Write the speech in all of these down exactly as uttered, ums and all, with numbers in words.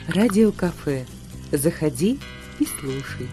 Радиокафе. Заходи и слушай.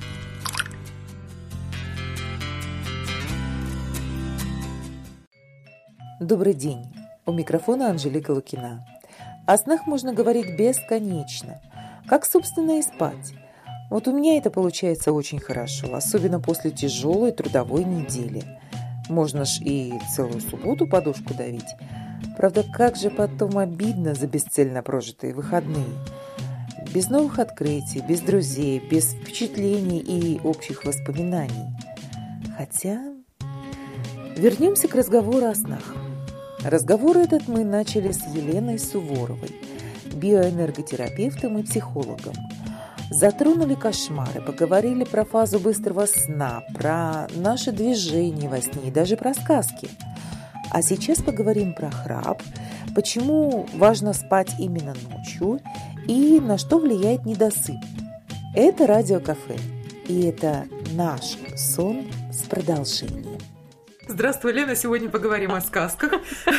Добрый день. У микрофона Анжелика Лукина. О снах можно говорить бесконечно. Как, собственно, и спать. Вот у меня это получается очень хорошо, особенно после тяжелой трудовой недели. Можно ж и целую субботу подушку давить. Правда, как же потом обидно за бесцельно прожитые выходные. Без новых открытий, без друзей, без впечатлений и общих воспоминаний. Хотя... Вернемся к разговору о снах. Разговор этот мы начали с Еленой Суворовой, биоэнерготерапевтом и психологом. Затронули кошмары, поговорили про фазу быстрого сна, про наше движение во сне и даже про сказки. А сейчас поговорим про храп, почему важно спать именно ночью и на что влияет недосып. Это радиокафе, и это наш сон с продолжением. Здравствуй, Лена. Сегодня поговорим о сказках.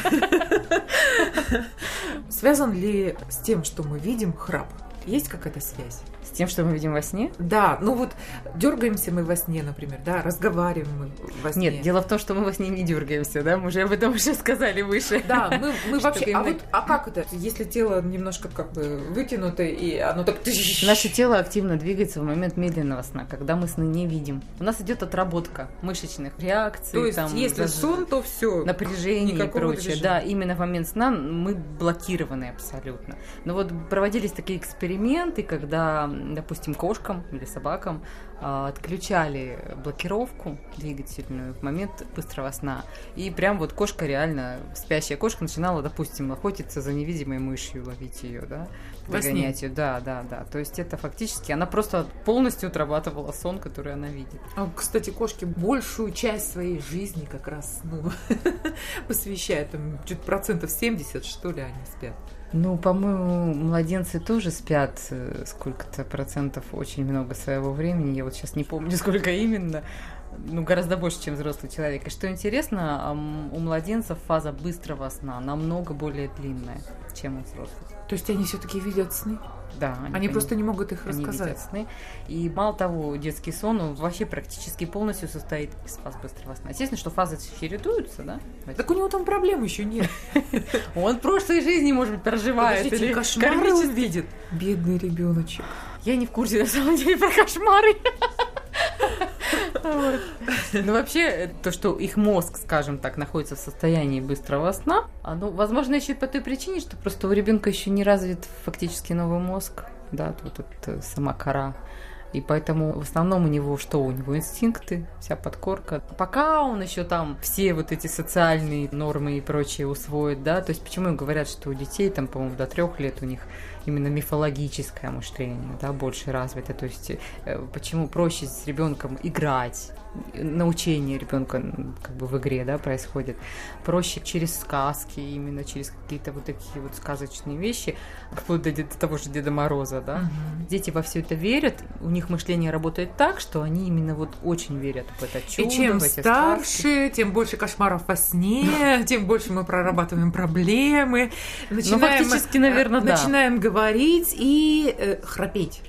Связан ли с тем, что мы видим, храп? Есть какая-то связь? С тем, что мы видим во сне? Да, ну вот дергаемся мы во сне, например, да, разговариваем мы во сне. Нет, дело в том, что мы во сне не дергаемся, да, мы уже об этом уже сказали выше. Да, мы, мы вообще, а, вот, а как это, если тело немножко как бы вытянуто, и оно так... Наше тело активно двигается в момент медленного сна, когда мы сны не видим. У нас идет отработка мышечных реакций. То есть, там, если сон, то все. Напряжение и прочее. Движения. Да, именно в момент сна мы блокированы абсолютно. Но вот проводились такие эксперименты, когда... допустим, кошкам или собакам э, отключали блокировку двигательную в момент быстрого сна. И прям вот кошка реально, спящая кошка начинала, допустим, охотиться за невидимой мышью, ловить ее, да, догонять ее. Да, да, да. То есть это фактически, она просто полностью отрабатывала сон, который она видит. А, кстати, кошки большую часть своей жизни как раз ну, посвящают, там, чуть процентов семьдесят, что ли, они спят. Ну, по-моему, младенцы тоже спят сколько-то процентов, очень много своего времени. Я вот сейчас не помню, сколько именно. Ну, гораздо больше, чем взрослый человек. И что интересно, у младенцев фаза быстрого сна намного более длинная, чем у взрослых. То есть они все-таки видят сны? Да. Они, они просто не могут их они рассказать. Видят сны. И мало того, детский сон, он вообще практически полностью состоит из фаз быстрого сна. Естественно, что фазы чередуются, да? Так у него там проблем еще нет. Он в прошлой жизни, может быть, проживает. Подождите, кошмары он видит. Бедный ребеночек. Я не в курсе, на самом деле, про кошмары. Вот. Ну, вообще, то, что их мозг, скажем так, находится в состоянии быстрого сна, оно, возможно, еще и по той причине, что просто у ребенка еще не развит фактически новый мозг, да, вот эта сама кора. И поэтому в основном у него что? У него инстинкты, вся подкорка. Пока он еще там все вот эти социальные нормы и прочее усвоит, да, то есть почему говорят, что у детей там, по-моему, до трех лет у них именно мифологическое мышление, да, больше развито, то есть почему проще с ребенком играть, научение ребенка как бы в игре, да, происходит проще через сказки, именно через какие-то вот такие вот сказочные вещи, вплоть до, до того же Деда Мороза, да. Uh-huh. Дети во все это верят, у них мышление работает так, что они именно вот очень верят в это чудо. И чем в эти старше, сказки. Тем больше кошмаров во сне, тем больше мы прорабатываем проблемы, начинаем, ну, фактически, наверное, да. начинаем говорить и э, храпеть.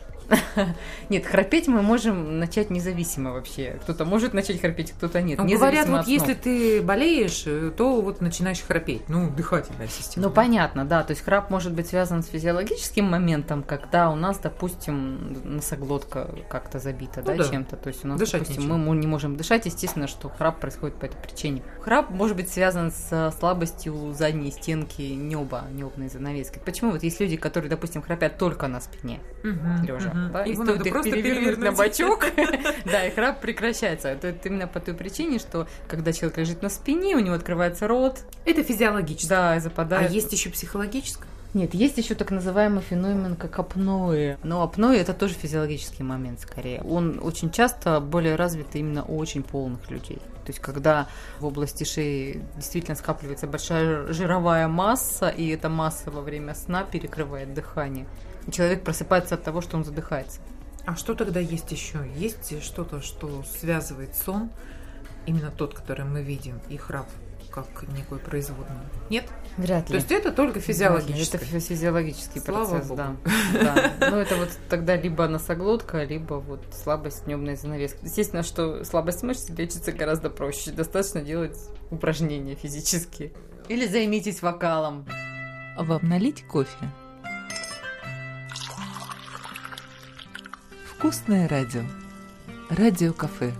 Нет, храпеть мы можем начать независимо вообще. Кто-то может начать храпеть, кто-то нет. Ну, говорят, вот если ты болеешь, то вот начинаешь храпеть. Ну, дыхательная система. Ну, понятно, да. То есть храп может быть связан с физиологическим моментом, когда у нас, допустим, носоглотка как-то забита, ну, да, да, чем-то. То есть у нас, дышать допустим, ничего. Мы не можем дышать, естественно, что храп происходит по этой причине. Храп может быть связан с слабостью задней стенки неба, небной занавески. Почему? Вот есть люди, которые, допустим, храпят только на спине, лежа. Да, и стоит их перевернуть на бочок, да, и храп прекращается. Это именно по той причине, что когда человек лежит на спине, у него открывается рот. Это физиологически. Да, и западает. А есть еще психологическое? Нет, есть еще так называемый феномен, как апноэ. Но апноэ – это тоже физиологический момент, скорее. Он очень часто более развит именно у очень полных людей. То есть, когда в области шеи действительно скапливается большая жировая масса, и эта масса во время сна перекрывает дыхание. Человек просыпается от того, что он задыхается. А что тогда есть еще? Есть что-то, что связывает сон, именно тот, который мы видим, и храп? как некую производную? Нет? Вряд ли. То есть это только физиологический? Это физиологический Слава процесс, Богу. да. да. Ну, это вот тогда либо носоглотка, либо вот слабость небной занавески. Естественно, что слабость мышц лечится гораздо проще. Достаточно делать упражнения физические. Или займитесь вокалом. Вам налить кофе? Вкусное радио. Радиокафе.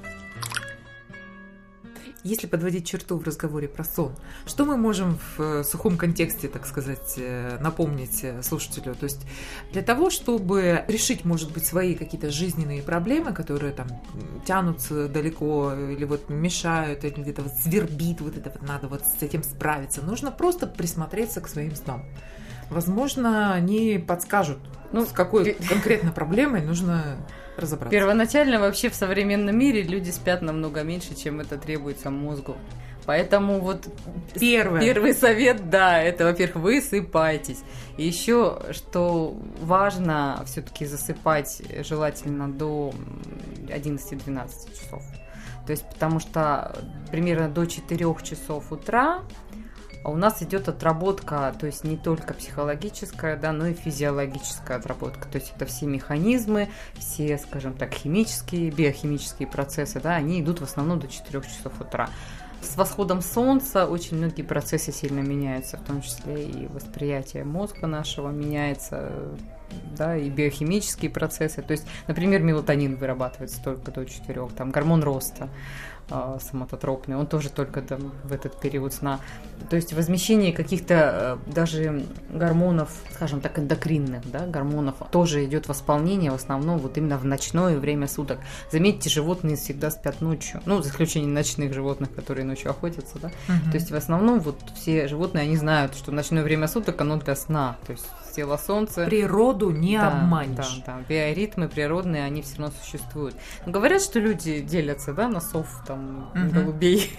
Если подводить черту в разговоре про сон, что мы можем в сухом контексте, так сказать, напомнить слушателю? То есть для того, чтобы решить, может быть, свои какие-то жизненные проблемы, которые там тянутся далеко или вот мешают, или где-то вот свербит, вот это вот надо вот с этим справиться, нужно просто присмотреться к своим снам. Возможно, они подскажут, ну, с какой конкретно проблемой нужно разобраться. Первоначально вообще в современном мире люди спят намного меньше, чем это требуется мозгу. Поэтому вот Первое. первый совет, да, это, во-первых, высыпайтесь. И еще, что важно, все-таки засыпать желательно до одиннадцати-двенадцати часов. То есть, потому что примерно до четырёх часов утра у нас идет отработка, то есть не только психологическая, да, но и физиологическая отработка. То есть это все механизмы, все, скажем так, химические, биохимические процессы, да, они идут в основном до четырёх часов утра. С восходом солнца очень многие процессы сильно меняются, в том числе и восприятие мозга нашего меняется, да, и биохимические процессы. То есть, например, мелатонин вырабатывается только до четырёх, там гормон роста соматотропный, он тоже только там в этот период сна. То есть возмещение каких-то даже гормонов, скажем так, эндокринных, да, гормонов тоже идет восполнение в основном вот именно в ночное время суток. Заметьте, животные всегда спят ночью, ну, за исключением ночных животных, которые ночью охотятся, да. Угу. То есть в основном вот все животные, они знают, что ночное время суток, оно для сна, то есть тело солнца. Природу не да, обманешь. Да, да, биоритмы природные, они все равно существуют. Но говорят, что люди делятся, да, на сов, там, Мгм. голубей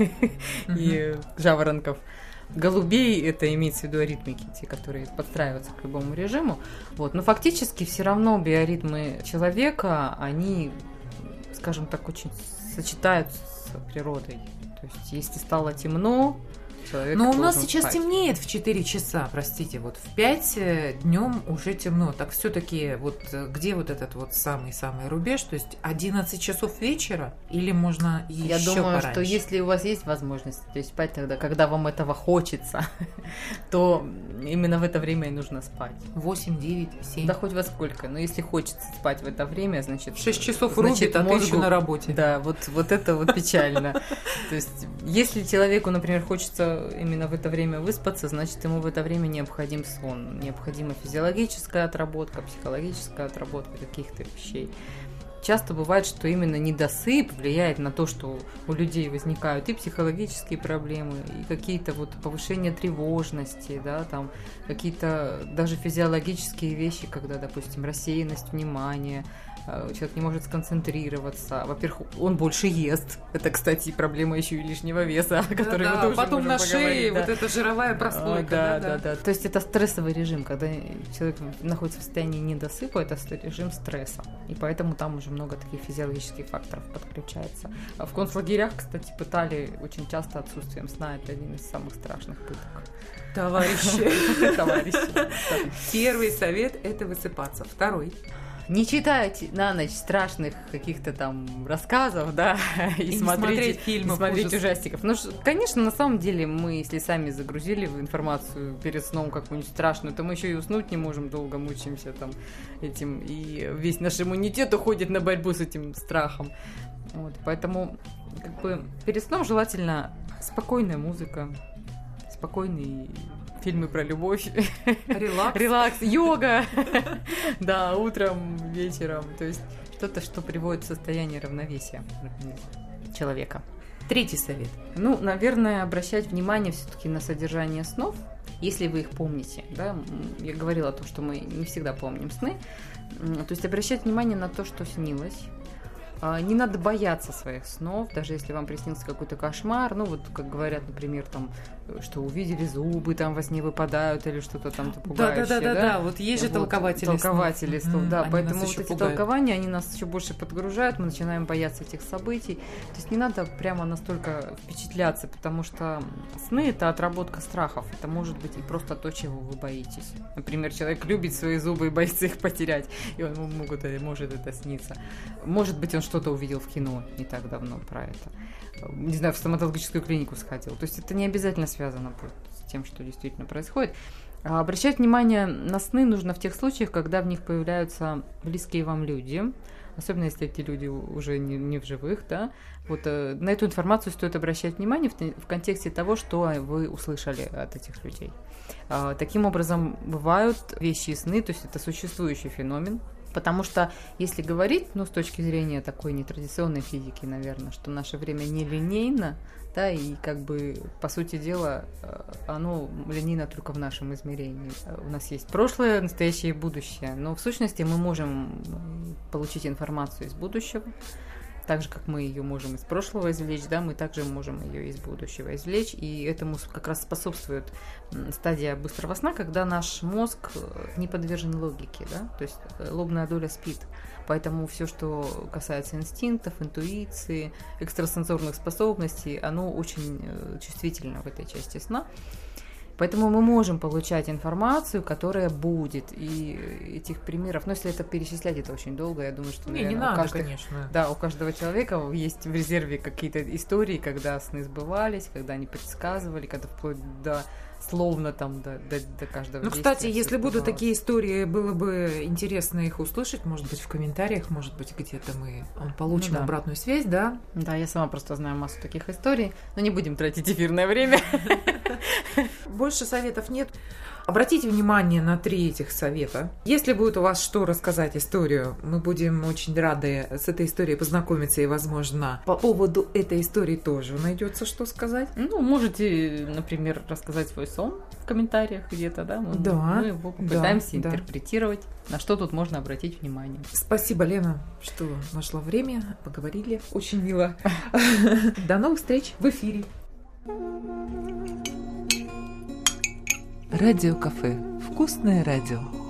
и жаворонков. Голубей — это имеется в виду аритмики, те, которые подстраиваются к любому режиму. Вот. Но фактически все равно биоритмы человека, они, скажем так, очень сочетаются с природой. То есть если стало темно, человек Но у нас должен сейчас спать. темнеет в четыре часа, простите, вот в пять днем уже темно. Так все-таки вот где вот этот вот самый-самый рубеж? То есть одиннадцать часов вечера или можно еще Я думаю, пораньше? что если у вас есть возможность лечь спать тогда, когда вам этого хочется, то именно в это время и нужно спать. восемь, девять, семь. Да хоть во сколько, но если хочется спать в это время, значит... шесть часов значит, рубит, а ты мозгу- еще на работе. Да, вот, вот это вот печально. То есть, если человеку, например, хочется именно в это время выспаться, значит, ему в это время необходим сон, необходима физиологическая отработка, психологическая отработка каких-то вещей. Часто бывает, что именно недосып влияет на то, что у людей возникают и психологические проблемы, и какие-то вот повышения тревожности, да, там какие-то даже физиологические вещи, когда, допустим, рассеянность внимания, человек не может сконцентрироваться. Во-первых, он больше ест. Это, кстати, проблема еще и лишнего веса, о которой Да, мы тоже потом можем на поговорить, шее да. вот эта жировая прослойка. Да, да, да. То есть это стрессовый режим, когда человек находится в состоянии недосыпа, это режим стресса. И поэтому там уже много таких физиологических факторов подключается. А в концлагерях, кстати, пытали очень часто отсутствием сна. Это один из самых страшных пыток. Товарищи. Товарищи. Первый совет – это высыпаться. Второй. Не читайте на ночь страшных каких-то там рассказов, да, и, И не смотрите, смотреть фильмов и смотреть ужасов. ужастиков. Ну, ш- конечно, на самом деле, мы, если сами загрузили в информацию перед сном какую-нибудь страшную, то мы еще и уснуть не можем, долго мучаемся там этим, и весь наш иммунитет уходит на борьбу с этим страхом. Вот, поэтому, как бы, перед сном желательно спокойная музыка, спокойный фильмы про любовь, Релакс. релакс, йога, да, утром, вечером, то есть что-то, что приводит в состояние равновесия человека. Третий совет. Ну, наверное, обращать внимание все-таки на содержание снов, если вы их помните, да, я говорила о том, что мы не всегда помним сны, то есть обращать внимание на то, что снилось. Не надо бояться своих снов, даже если вам приснился какой-то кошмар, ну вот, как говорят, например, там, что увидели зубы, там во сне выпадают или что-то там пугающее. Да, да, да, да, да, вот есть же вот, толкователи. Толкователи снов, да, они поэтому вот эти пугают. толкования, они нас еще больше подгружают, мы начинаем бояться этих событий. То есть не надо прямо настолько впечатляться, потому что сны — это отработка страхов, это может быть и просто то, чего вы боитесь. Например, человек любит свои зубы и боится их потерять, и он могут, может это сниться. Может быть, он что-то увидел в кино не так давно про это. Не знаю, в стоматологическую клинику сходил. То есть это не обязательно связано с тем, что действительно происходит. А обращать внимание на сны нужно в тех случаях, когда в них появляются близкие вам люди, особенно если эти люди уже не, не в живых, да. Вот э, на эту информацию стоит обращать внимание в, в контексте того, что вы услышали от этих людей. А, таким образом, бывают вещи и сны, то есть это существующий феномен. Потому что, если говорить, ну, с точки зрения такой нетрадиционной физики, наверное, что наше время нелинейно, да, и как бы, по сути дела, оно линейно только в нашем измерении. У нас есть прошлое, настоящее и будущее, но в сущности мы можем получить информацию из будущего, так же, как мы ее можем из прошлого извлечь, да, мы также можем ее из будущего извлечь, и этому как раз способствует стадия быстрого сна, когда наш мозг не подвержен логике, да, то есть лобная доля спит, поэтому все, что касается инстинктов, интуиции, экстрасенсорных способностей, оно очень чувствительно в этой части сна. Поэтому мы можем получать информацию, которая будет, и этих примеров, ну, если это перечислять, это очень долго, я думаю, что, не, наверное, не у надо, каждого, конечно. Да, у каждого человека есть в резерве какие-то истории, когда сны сбывались, когда они предсказывали, когда вплоть до словно там до, до, до каждого. Ну, кстати, если будут такие истории, было бы интересно их услышать, может быть, в комментариях, может быть, где-то мы получим ну, да. обратную связь, да? Да, я сама просто знаю массу таких историй, но не будем тратить эфирное время. Больше советов нет. Обратите внимание на три этих совета. Если будет у вас что рассказать историю, мы будем очень рады с этой историей познакомиться, и, возможно, по поводу этой истории тоже найдется что сказать. Ну, можете, например, рассказать свой сон в комментариях где-то, да? Мы, да. мы его попытаемся да, интерпретировать, да. На что тут можно обратить внимание. Спасибо, Лена, что нашла время, поговорили. Очень мило. До новых встреч в эфире. Радио Кафе. Вкусное радио.